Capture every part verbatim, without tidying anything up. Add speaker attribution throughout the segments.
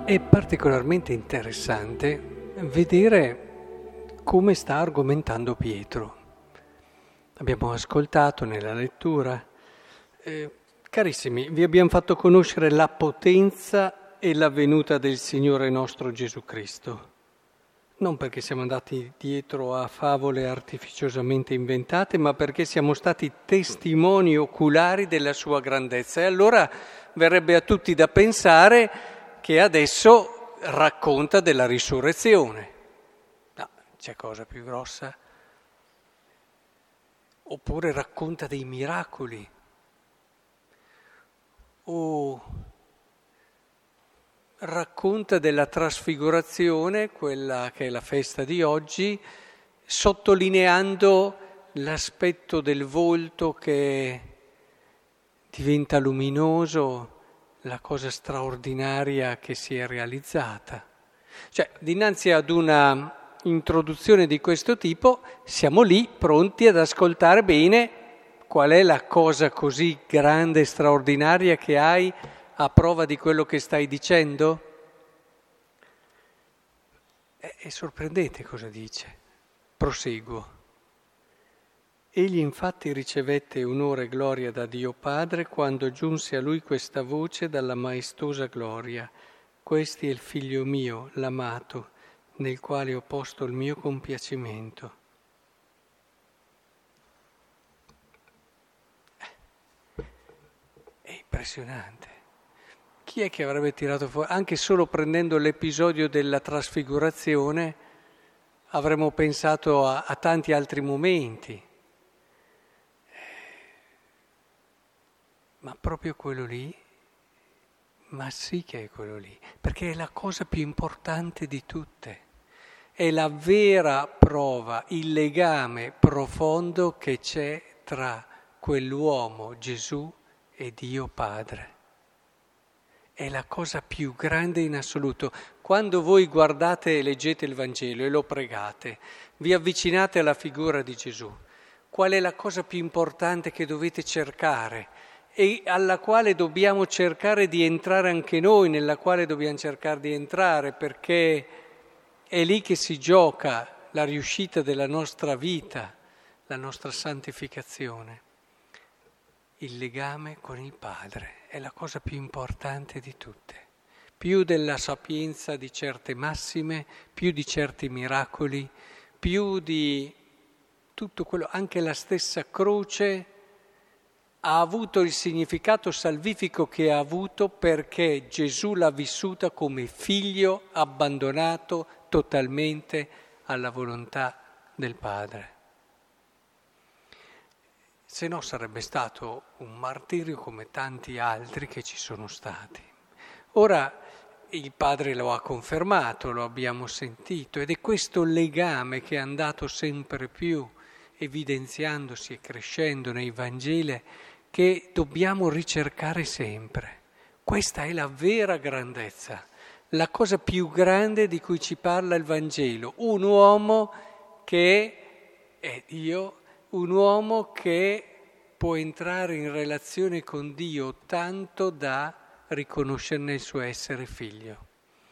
Speaker 1: È particolarmente interessante vedere come sta argomentando Pietro. Abbiamo ascoltato nella lettura. Eh, carissimi, vi abbiamo fatto conoscere la potenza e la venuta del Signore nostro Gesù Cristo. Non perché siamo andati dietro a favole artificiosamente inventate, ma perché siamo stati testimoni oculari della sua grandezza. E allora verrebbe a tutti da pensare che adesso racconta della risurrezione. No, c'è cosa più grossa? Oppure racconta dei miracoli. O racconta della trasfigurazione, quella che è la festa di oggi, sottolineando l'aspetto del volto che diventa luminoso, la cosa straordinaria che si è realizzata. Cioè, dinanzi ad una introduzione di questo tipo, siamo lì pronti ad ascoltare bene qual è la cosa così grande e straordinaria che hai a prova di quello che stai dicendo? È, è sorprendente cosa dice. Proseguo. Egli infatti ricevette onore e gloria da Dio Padre quando giunse a lui questa voce dalla maestosa gloria. Questi è il figlio mio, l'amato, nel quale ho posto il mio compiacimento. È impressionante. Chi è che avrebbe tirato fuori? Anche solo prendendo l'episodio della trasfigurazione avremmo pensato a, a tanti altri momenti. Ma proprio quello lì, ma sì che è quello lì, perché è la cosa più importante di tutte. È la vera prova, il legame profondo che c'è tra quell'uomo, Gesù, e Dio Padre. È la cosa più grande in assoluto. Quando voi guardate e leggete il Vangelo e lo pregate, vi avvicinate alla figura di Gesù, qual è la cosa più importante che dovete cercare e alla quale dobbiamo cercare di entrare anche noi, nella quale dobbiamo cercare di entrare, perché è lì che si gioca la riuscita della nostra vita, la nostra santificazione. Il legame con il Padre è la cosa più importante di tutte, più della sapienza di certe massime, più di certi miracoli, più di tutto quello, anche la stessa croce ha avuto il significato salvifico che ha avuto perché Gesù l'ha vissuta come figlio abbandonato totalmente alla volontà del Padre. Se no sarebbe stato un martirio come tanti altri che ci sono stati. Ora il Padre lo ha confermato, lo abbiamo sentito, ed è questo legame che è andato sempre più evidenziandosi e crescendo nei Vangeli che dobbiamo ricercare sempre. Questa è la vera grandezza, la cosa più grande di cui ci parla il Vangelo. Un uomo che è Dio, un uomo che può entrare in relazione con Dio tanto da riconoscerne il suo essere figlio.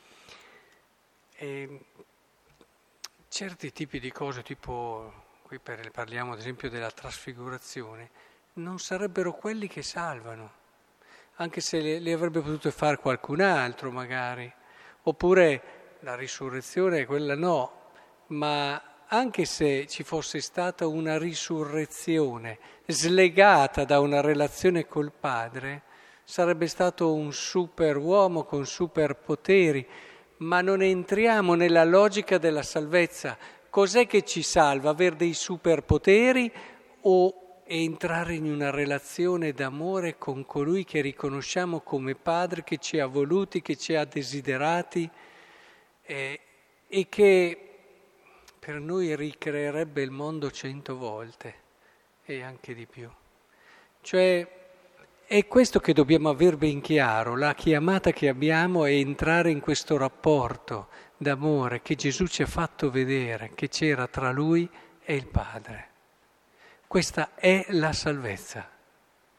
Speaker 1: E certi tipi di cose, tipo, qui parliamo ad esempio della trasfigurazione, non sarebbero quelli che salvano, anche se le, le avrebbe potute fare qualcun altro magari, oppure la risurrezione, quella no, ma anche se ci fosse stata una risurrezione slegata da una relazione col Padre, sarebbe stato un super uomo con superpoteri, ma non entriamo nella logica della salvezza. Cos'è che ci salva? Avere dei superpoteri o entrare in una relazione d'amore con colui che riconosciamo come Padre, che ci ha voluti, che ci ha desiderati eh, e che per noi ricreerebbe il mondo cento volte e anche di più. Cioè è questo che dobbiamo aver ben chiaro, la chiamata che abbiamo è entrare in questo rapporto d'amore che Gesù ci ha fatto vedere, che c'era tra Lui e il Padre. Questa è la salvezza.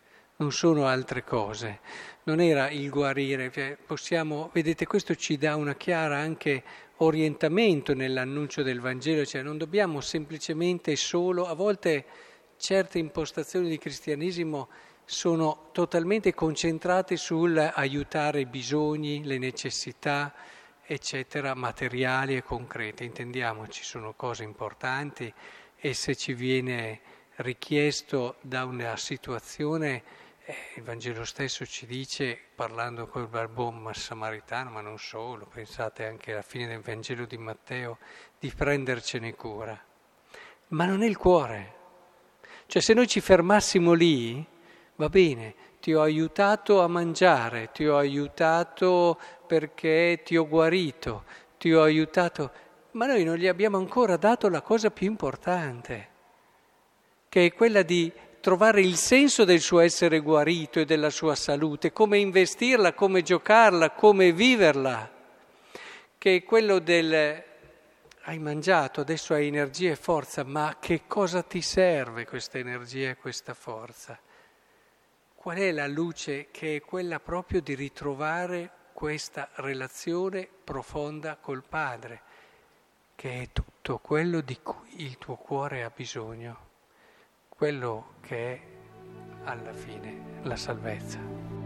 Speaker 1: non sono altre cose, non era il guarire. Cioè, possiamo, vedete, questo ci dà una chiara anche orientamento nell'annuncio del Vangelo, cioè non dobbiamo semplicemente solo, a volte certe impostazioni di cristianesimo sono totalmente concentrate sul aiutare i bisogni, le necessità, eccetera, materiali e concrete. Intendiamoci, sono cose importanti e se ci viene richiesto da una situazione, eh, il Vangelo stesso ci dice, parlando col buon samaritano, ma non solo, pensate anche alla fine del Vangelo di Matteo, di prendercene cura. Ma non è il cuore. Cioè se noi ci fermassimo lì, va bene, ti ho aiutato a mangiare, ti ho aiutato perché ti ho guarito, ti ho aiutato, ma noi non gli abbiamo ancora dato la cosa più importante, che è quella di trovare il senso del suo essere guarito e della sua salute, come investirla, come giocarla, come viverla, che è quello del hai mangiato, adesso hai energia e forza, ma che cosa ti serve questa energia e questa forza? Qual è la luce che è quella proprio di ritrovare questa relazione profonda col Padre, che è tutto quello di cui il tuo cuore ha bisogno, quello che è alla fine la salvezza.